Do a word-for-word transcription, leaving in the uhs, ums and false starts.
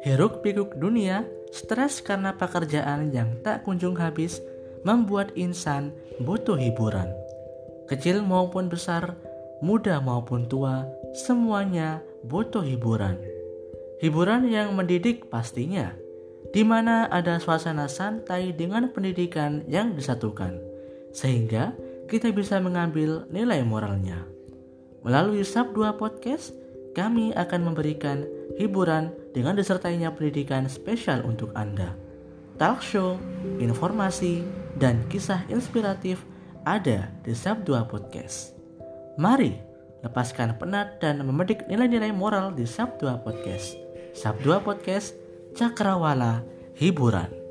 Hiruk-pikuk dunia, stres karena pekerjaan yang tak kunjung habis membuat insan butuh hiburan. Kecil maupun besar, muda maupun tua, semuanya butuh hiburan. Hiburan yang mendidik pastinya, di mana ada suasana santai dengan pendidikan yang disatukan, sehingga kita bisa mengambil nilai moralnya. Melalui Sab dua Podcast, kami akan memberikan hiburan dengan disertainya pendidikan spesial untuk Anda. Talk show, informasi, dan kisah inspiratif ada di Sab dua Podcast. Mari lepaskan penat dan memetik nilai-nilai moral di Sab dua Podcast. Sab dua Podcast, Cakrawala Hiburan.